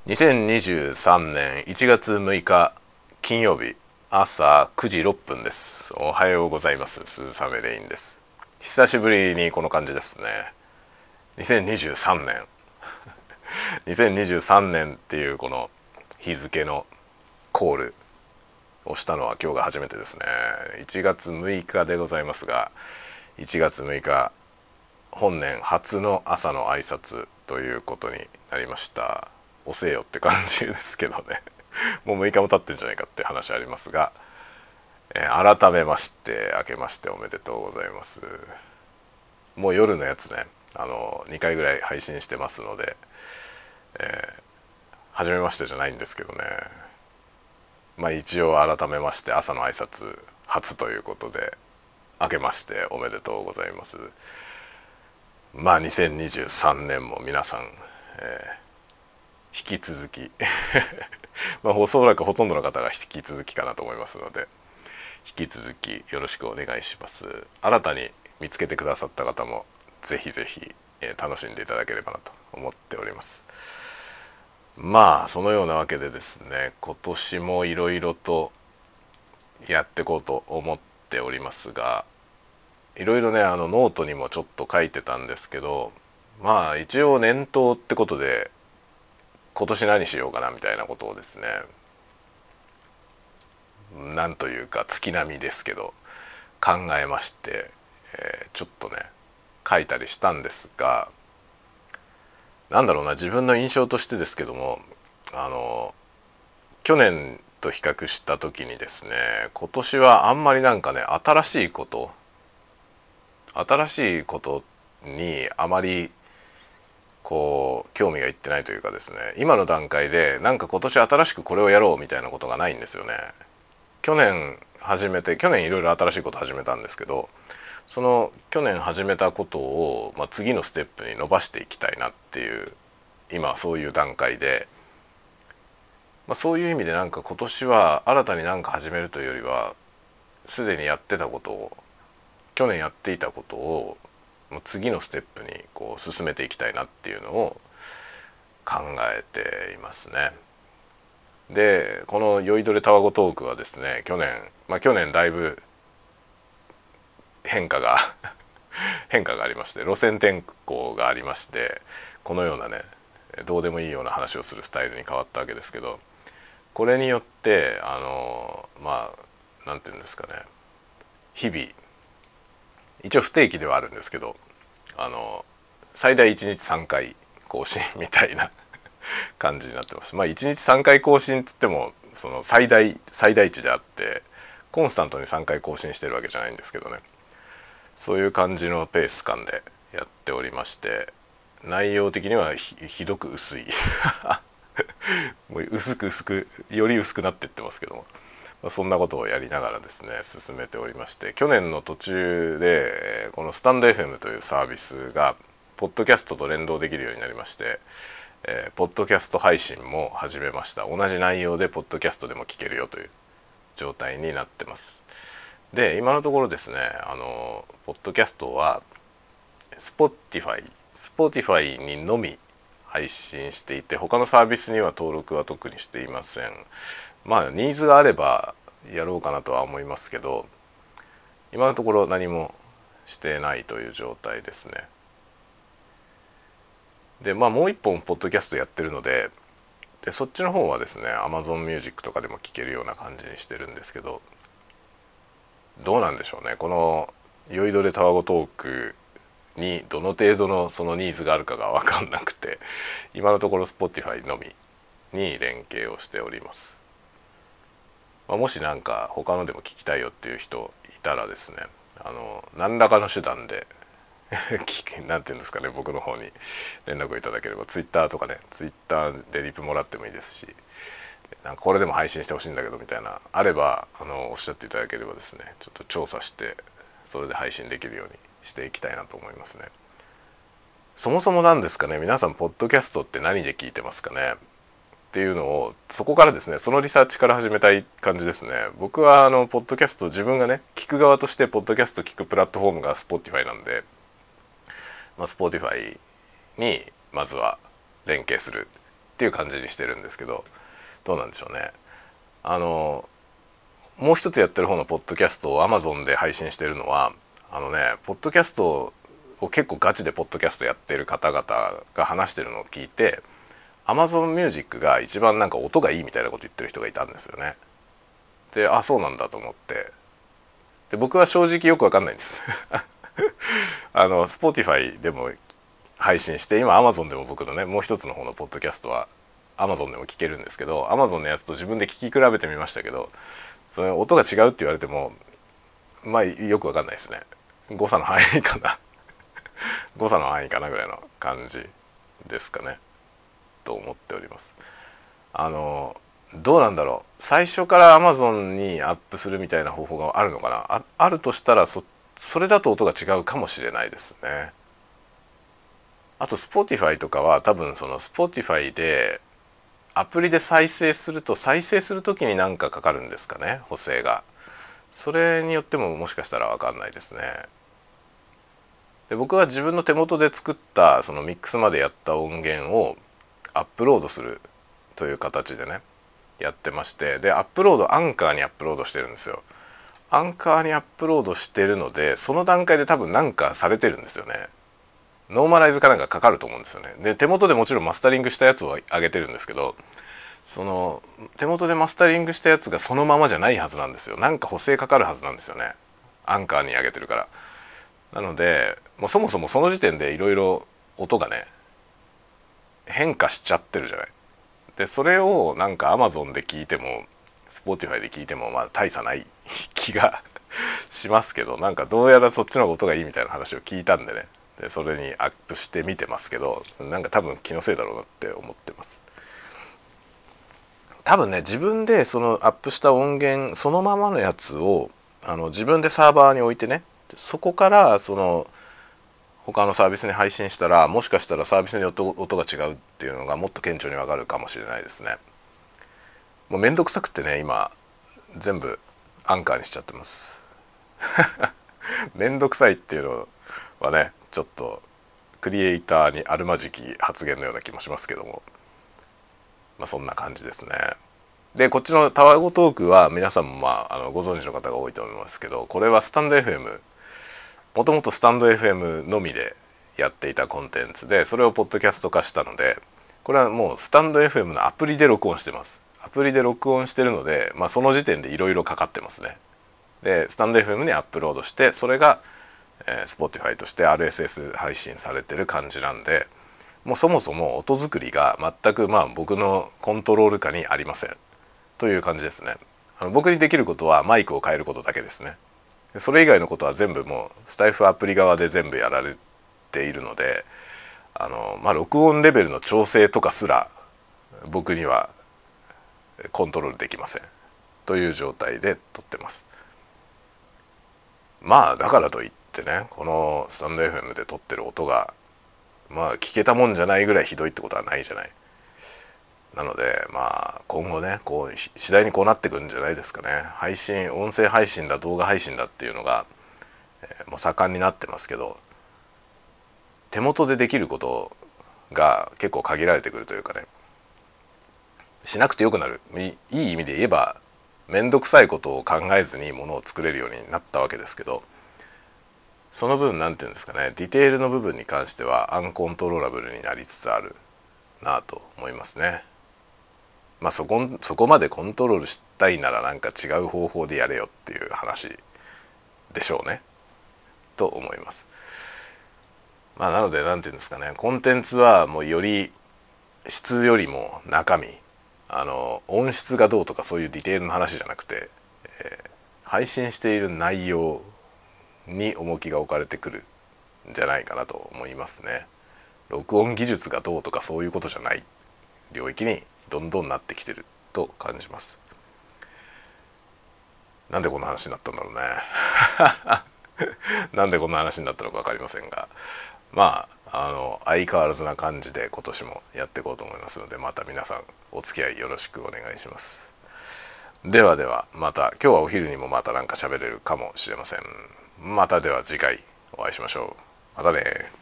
2023年1月6日金曜日朝9時6分です。おはようございます。鈴雨レインです。久しぶりにこの感じですね。2023年2023年っていうこの日付のコールをしたのは今日が初めてですね。1月6日でございますが、1月6日本年初の朝の挨拶ということになりました。遅えよって感じですけどねもう6日も経ってんじゃないかって話ありますが、改めまして明けましておめでとうございます。もう夜のやつね、2回ぐらい配信してますので、初めましてじゃないんですけどね、一応改めまして朝の挨拶初ということで明けましておめでとうございます。2023年も皆さん、引き続きおそらくほとんどの方が引き続きかなと思いますので、引き続きよろしくお願いします。新たに見つけてくださった方もぜひぜひ楽しんでいただければなと思っております。そのようなわけでですね、今年もいろいろとやっていこうと思っておりますが、いろいろねノートにもちょっと書いてたんですけど、一応年頭ってことで今年何しようかなみたいなことをですね、なんというか月並みですけど考えまして、ちょっとね書いたりしたんですが、自分の印象としてですけども、去年と比較した時にですね、今年はあんまり新しいことにあまり興味がいってないというかですね、今の段階で今年新しくこれをやろうみたいなことがないんですよね。去年いろいろ新しいこと始めたんですけど、その去年始めたことを、次のステップに伸ばしていきたいなっていう今そういう段階で、そういう意味で今年は新たに始めるというよりは、すでにやってたことを去年やっていたことを次のステップに進めていきたいなっていうのを考えていますね。でこの酔いどれたわごトークはですね、去年だいぶ変化が変化がありまして、路線転向がありまして、このようなねどうでもいいような話をするスタイルに変わったわけですけど、これによってなんていうんですかね、日々一応不定期ではあるんですけど、最大1日3回更新みたいな感じになってます。1日3回更新っつってもその最大値であって、コンスタントに3回更新してるわけじゃないんですけどね、そういう感じのペース感でやっておりまして、内容的にはひどく薄いもう薄くより薄くなっていってますけども、そんなことをやりながらですね進めておりまして、去年の途中でこのスタンド FM というサービスがポッドキャストと連動できるようになりまして、ポッドキャスト配信も始めました。同じ内容でポッドキャストでも聞けるよという状態になってます。で今のところですね、ポッドキャストは Spotify にのみ配信していて、他のサービスには登録は特にしていません。ニーズがあればやろうかなとは思いますけど、今のところ何もしてないという状態ですね。でもう一本ポッドキャストやってるので、そっちの方はですね Amazon Music とかでも聴けるような感じにしてるんですけど、どうなんでしょうね、この酔いどれたわごトークにどの程度のそのニーズがあるかが分かんなくて、今のところ Spotify のみに連携をしております。もし他のでも聞きたいよっていう人いたらですね、何らかの手段でなんていうんですかね、僕の方に連絡をいただければ、ツイッターとかね、ツイッターでリプもらってもいいですし、これでも配信してほしいんだけどみたいなあればおっしゃっていただければですね、ちょっと調査してそれで配信できるようにしていきたいなと思いますね。そもそもなんですかね、皆さんポッドキャストって何で聞いてますかねっていうのを、そこからですね、そのリサーチから始めたい感じですね。僕はポッドキャスト、自分がね聞く側としてポッドキャスト聞くプラットフォームが Spotify なんで、Spotify にまずは連携するっっていう感じにしてるんですけど、どうなんでしょうね。もう一つやってる方のポッドキャストを Amazon で配信してるのはポッドキャストを結構ガチでポッドキャストやってる方々が話してるのを聞いて Amazon Music が一番なんか音がいいみたいなこと言ってる人がいたんですよね。で、あ、そうなんだと思って、で僕は正直よく分かんないんですSpotify でも配信して、今 Amazon でも僕のねもう一つの方のポッドキャストは Amazon でも聞けるんですけど、 Amazon のやつと自分で聞き比べてみましたけど、その音が違うって言われてもまあよく分かんないですね。誤差の範囲かな誤差の範囲かなぐらいの感じですかねと思っております。どうなんだろう、最初から Amazon にアップするみたいな方法があるのかな。あるとしたらそれだと音が違うかもしれないですね。あと Spotify とかは多分その Spotify でアプリで再生すると再生する時に何かかかるんですかね、補正が。それによってももしかしたら分かんないですね。で、僕は自分の手元で作ったそのミックスまでやった音源をアップロードするという形でねやってまして、でアンカーにアップロードしてるんですよ。アンカーにアップロードしてるので、その段階で多分なんかされてるんですよね。ノーマライズかなんかかかると思うんですよね。で手元でもちろんマスタリングしたやつを上げてるんですけど、その手元でマスタリングしたやつがそのままじゃないはずなんですよ。なんか補正かかるはずなんですよね、アンカーに上げてるから。なのでもうそもそもその時点でいろいろ音がね変化しちゃってるじゃない。でそれをなんか Amazon で聞いても Spotify で聞いてもまあ大差ない気がしますけど、なんかどうやらそっちの方が音がいいみたいな話を聞いたんでね、でそれにアップしてみてますけど、なんか多分気のせいだろうなって思ってます。多分ね、自分でそのアップした音源そのままのやつを自分でサーバーに置いてね、そこからその他のサービスに配信したら、もしかしたらサービスによって音が違うっていうのがもっと顕著にわかるかもしれないですね。もうめんどくさくてね、今全部アンカーにしちゃってますめんどくさいっていうのはねちょっとクリエイターにあるまじき発言のような気もしますけども、まあそんな感じですね。でこっちのタワゴトークは皆さんもご存知の方が多いと思いますけど、これはスタンド FM、もともとスタンド FM のみでやっていたコンテンツで、それをポッドキャスト化したので、これはもうスタンド FM のアプリで録音してます。アプリで録音してるので、その時点でいろいろかかってますね。でスタンド FM にアップロードして、それが、Spotify として RSS 配信されてる感じなんで、もうそもそも音作りが全く僕のコントロール下にありませんという感じですね。僕にできることはマイクを変えることだけですね。それ以外のことは全部もうスタイフアプリ側で全部やられているので、録音レベルの調整とかすら僕にはコントロールできませんという状態で撮ってます。だからといってね、このスタンド FM で撮ってる音が聞けたもんじゃないぐらいひどいってことはないじゃない。なので今後ね次第にこうなってくんじゃないですかね。音声配信だ動画配信だっていうのが、もう盛んになってますけど、手元でできることが結構限られてくるというかね、しなくてよくなる、いい意味で言えば面倒くさいことを考えずにものを作れるようになったわけですけど、その分なんていうんですかね、ディテールの部分に関してはアンコントローラブルになりつつあるなと思いますね。そこまでコントロールしたいならなんか違う方法でやれよっていう話でしょうねと思います。なのでなんていうんですかね、コンテンツはもうより質よりも中身、音質がどうとかそういうディテールの話じゃなくて、配信している内容に重きが置かれてくるんじゃないかなと思いますね。録音技術がどうとかそういうことじゃない領域にどんどんなってきてると感じます。なんでこんな話になったんだろうねなんでこんな話になったのか分かりませんが、相変わらずな感じで今年もやっていこうと思いますので、また皆さんお付き合いよろしくお願いします。ではではまた、今日はお昼にもまたなんか喋れるかもしれません。またでは次回お会いしましょう。またね。